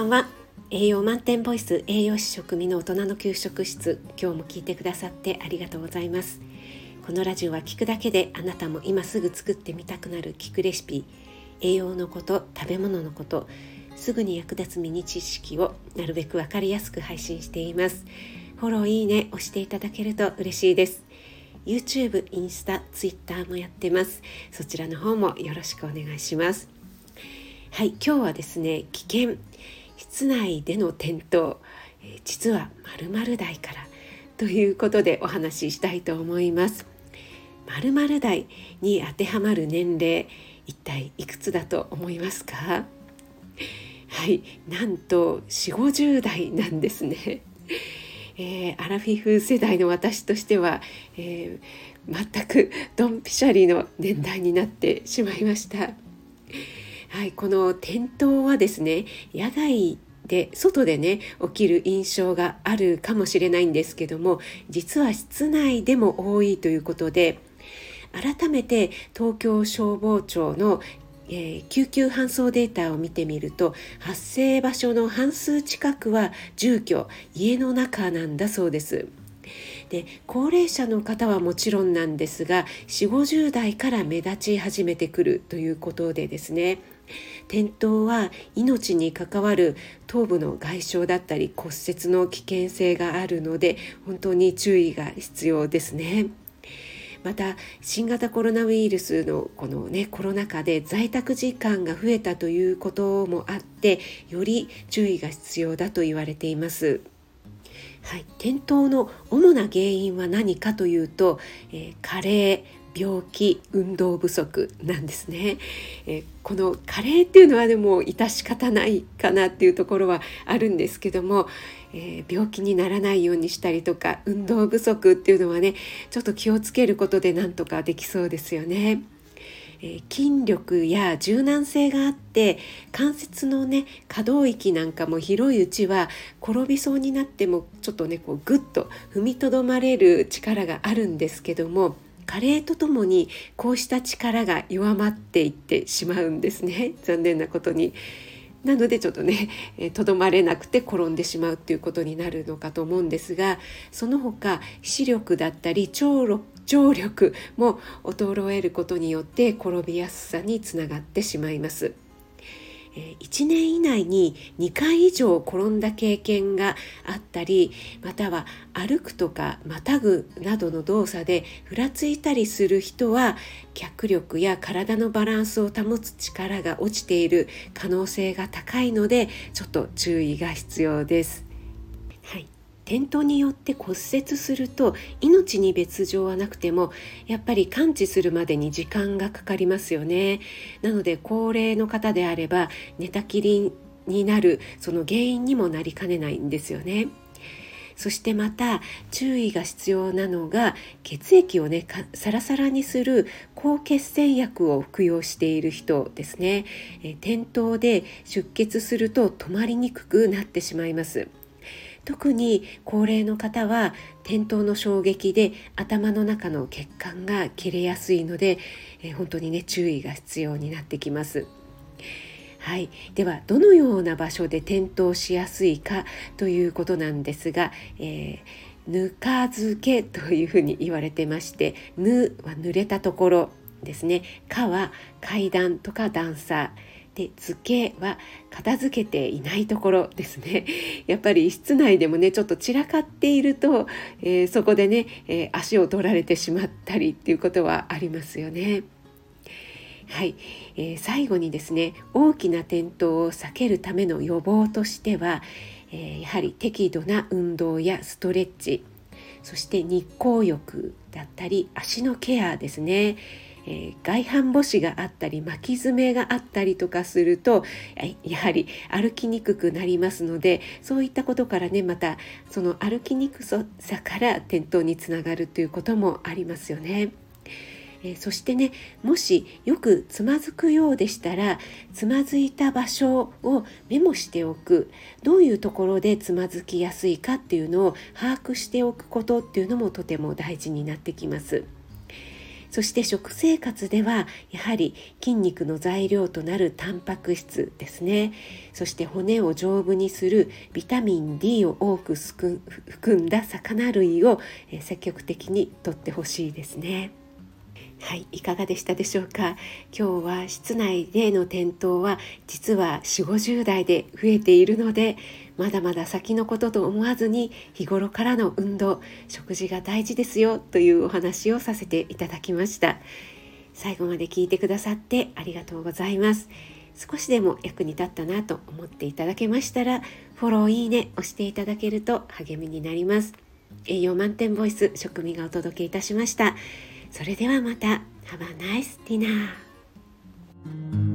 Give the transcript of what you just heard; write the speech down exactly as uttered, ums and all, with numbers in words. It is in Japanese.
んは。栄養満点ボイス栄養士食味の大人の給食室、今日も聞いてくださってありがとうございます。このラジオは聞くだけであなたも今すぐ作ってみたくなる聞くレシピ、栄養のこと、食べ物のこと、すぐに役立つミニ知識をなるべくわかりやすく配信しています。フォロー、いいね押していただけると嬉しいです。 YouTube、インスタ、Twitter もやってます。そちらの方もよろしくお願いします。はい、今日はですね、危険室内での転倒、えー、実は〇〇代からということでお話ししたいと思います。〇〇代に当てはまる年齢、一体いくつだと思いますか？はい、なんとよんじゅう、ごじゅう代なんですね。えー、アラフィフ世代の私としては、えー、全くドンピシャリの年代になってしまいました。はい、この転倒はですね、野外で外でね起きる印象があるかもしれないんですけども、実は室内でも多いということで、改めて東京消防庁の、えー、救急搬送データを見てみると、発生場所の半数近くは住居、家の中なんだそうです。で、高齢者の方はもちろんなんですが、よんじゅう、ごじゅう代から目立ち始めてくるということでですね、転倒は命に関わる頭部の外傷だったり骨折の危険性があるので、本当に注意が必要ですね。また新型コロナウイルスのこのねコロナ禍で在宅時間が増えたということもあって、より注意が必要だと言われています。はい、転倒の主な原因は何かというと、えー、加齢、病気、運動不足なんですね。えー、この加齢っていうのはでも致し方ないかなっていうところはあるんですけども、えー、病気にならないようにしたりとか、運動不足っていうのはね、ちょっと気をつけることでなんとかできそうですよね。えー、筋力や柔軟性があって、関節のね可動域なんかも広いうちは、転びそうになってもちょっとねこうグッと踏みとどまれる力があるんですけども、加齢とともにこうした力が弱まっていってしまうんですね、残念なことに。なのでちょっとねとどまれなくて転んでしまうっていうことになるのかと思うんですが、その他視力だったり聴力聴力も衰えることによって転びやすさにつながってしまいます。いちねん以内ににかい以上転んだ経験があったり、または歩くとかまたぐなどの動作でふらついたりする人は、脚力や体のバランスを保つ力が落ちている可能性が高いので、ちょっと注意が必要です。はい、転倒によって骨折すると命に別状はなくても、やっぱり完治するまでに時間がかかりますよね。なので高齢の方であれば寝たきりになるその原因にもなりかねないんですよね。そしてまた注意が必要なのが、血液をねサラサラにする抗血栓薬を服用している人ですね。え転倒で出血すると止まりにくくなってしまいます。特に高齢の方は転倒の衝撃で頭の中の血管が切れやすいので、えー、本当にね注意が必要になってきます。はい、ではどのような場所で転倒しやすいかということなんですが、えー、ぬか漬けというふうに言われてまして、ぬは濡れたところですね、かは階段とか段差で、漬けは片付けていないところですね。やっぱり室内でもねちょっと散らかっていると、えー、そこでね、えー、足を取られてしまったりっていうことはありますよね。はい、えー、最後にですね、大きな転倒を避けるための予防としては、えー、やはり適度な運動やストレッチ、そして日光浴だったり足のケアですね。えー、外反母趾があったり巻き爪があったりとかすると、やはり歩きにくくなりますので、そういったことからね、またその歩きにくさから転倒につながるということもありますよね。えー、そしてね、もしよくつまずくようでしたら、つまずいた場所をメモしておく、どういうところでつまずきやすいかっていうのを把握しておくことっていうのもとても大事になってきます。 そして食生活ではやはり筋肉の材料となるタンパク質ですね。そして骨を丈夫にするビタミン ディー を多く含んだ魚類を積極的に摂ってほしいですね。はい、いかがでしたでしょうか。今日は室内での転倒は実はよんじゅう、ごじゅう代で増えているので、まだまだ先のことと思わずに日頃からの運動、食事が大事ですよというお話をさせていただきました。最後まで聞いてくださってありがとうございます。少しでも役に立ったなと思っていただけましたら、フォロー、いいね押していただけると励みになります。栄養満点ボイス、食味がお届けいたしました。それではまた。Have a nice dinner.